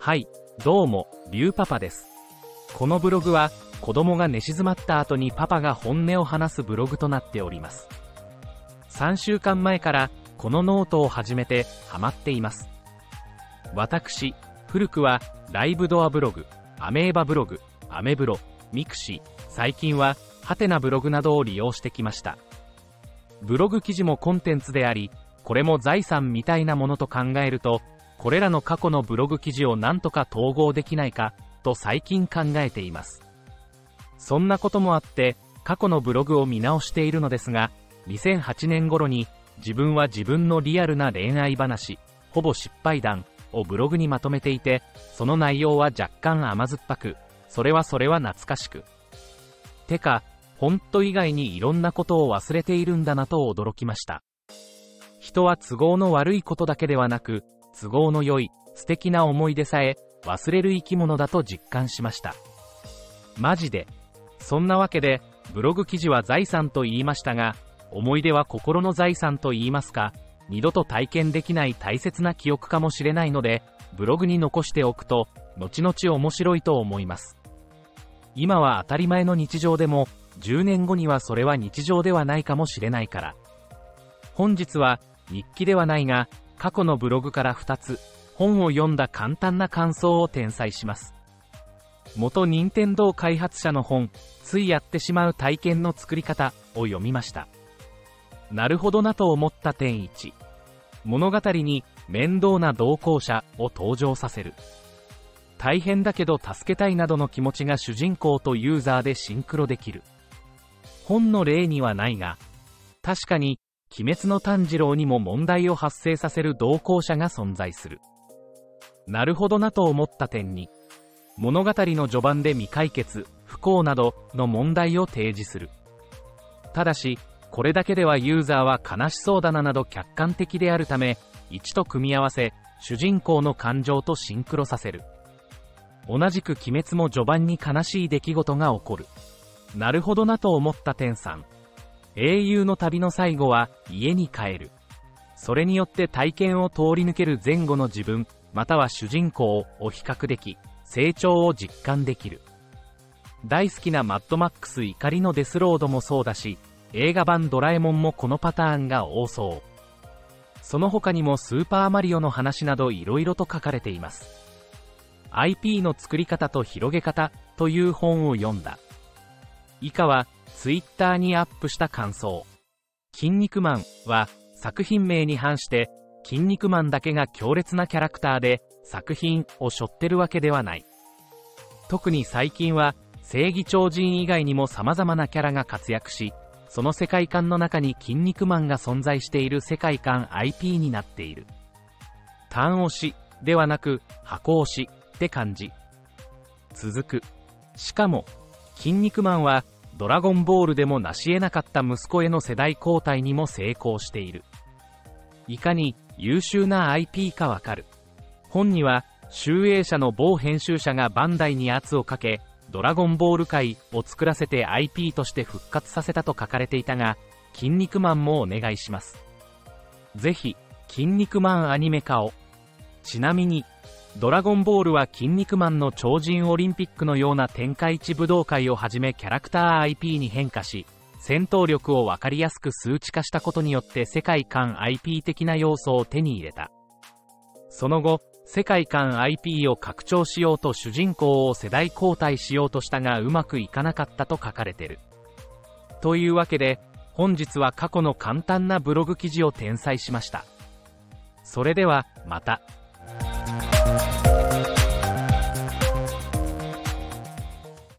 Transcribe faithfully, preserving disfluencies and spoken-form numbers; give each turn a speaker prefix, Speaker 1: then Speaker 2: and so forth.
Speaker 1: はい、どうも、リュウパパです。このブログは、子供が寝静まった後にパパが本音を話すブログとなっております。さんしゅうかんまえからこのノートを始めてハマっています。私、古くはライブドアブログ、アメーバブログ、アメブロ、ミクシー、最近はハテナブログなどを利用してきました。ブログ記事もコンテンツであり、これも財産みたいなものと考えると、これらの過去のブログ記事をなんとか統合できないかと最近考えています。そんなこともあって過去のブログを見直しているのですが、にせんはちねん頃に自分は自分のリアルな恋愛話、ほぼ失敗談をブログにまとめていて、その内容は若干甘酸っぱく、それはそれは懐かしく。てか、本当以外にいろんなことを忘れているんだなと驚きました。人は都合の悪いことだけではなく、都合の良い、素敵な思い出さえ忘れる生き物だと実感しました。マジで。そんなわけで、ブログ記事は財産と言いましたが、思い出は心の財産と言いますか、二度と体験できない大切な記憶かもしれないので、ブログに残しておくと、後々面白いと思います。今は当たり前の日常でも、じゅうねんごにはそれは日常ではないかもしれないから。本日は、日記ではないが、過去のブログからふたつ、本を読んだ簡単な感想を転載します。元任天堂開発者の本、ついやってしまう体験の作り方を読みました。なるほどなと思った点いち。物語に面倒な同行者を登場させる。大変だけど助けたいなどの気持ちが主人公とユーザーでシンクロできる。本の例にはないが、確かに、鬼滅の炭治郎にも問題を発生させる同行者が存在する。なるほどなと思った点に、物語の序盤で未解決、不幸などの問題を提示する。ただし、これだけではユーザーは悲しそうだななど客観的であるため、いちと組み合わせ、主人公の感情とシンクロさせる。同じく鬼滅も序盤に悲しい出来事が起こる。なるほどなと思った点さん。英雄の旅の最後は家に帰る。それによって体験を通り抜ける前後の自分、または主人公を比較でき、成長を実感できる。大好きなマッドマックス怒りのデスロードもそうだし、映画版ドラえもんもこのパターンが多そう。その他にもスーパーマリオの話などいろいろと書かれています。アイピー の作り方と広げ方という本を読んだ。以下は、ツイッターにアップした感想。筋肉マンは作品名に反して筋肉マンだけが強烈なキャラクターで作品を背負ってるわけではない。特に最近は正義超人以外にも様々なキャラが活躍し、その世界観の中に筋肉マンが存在している世界観 アイピー になっている。単押しではなく箱押しって感じ。続く。しかも筋肉マンはドラゴンボールでも成し得なかった息子への世代交代にも成功している。いかに優秀な アイピー かわかる。本には、集英社の某編集者がバンダイに圧をかけ、ドラゴンボール界を作らせて アイピー として復活させたと書かれていたが、筋肉マンもお願いします。ぜひ、筋肉マンアニメ化を。ちなみに、ドラゴンボールは筋肉マンの超人オリンピックのような天下一武道会をはじめキャラクター アイピー に変化し、戦闘力をわかりやすく数値化したことによって世界観 アイピー 的な要素を手に入れた。その後、世界観 アイピー を拡張しようと主人公を世代交代しようとしたがうまくいかなかったと書かれてる。というわけで、本日は過去の簡単なブログ記事を転載しました。それでは、また。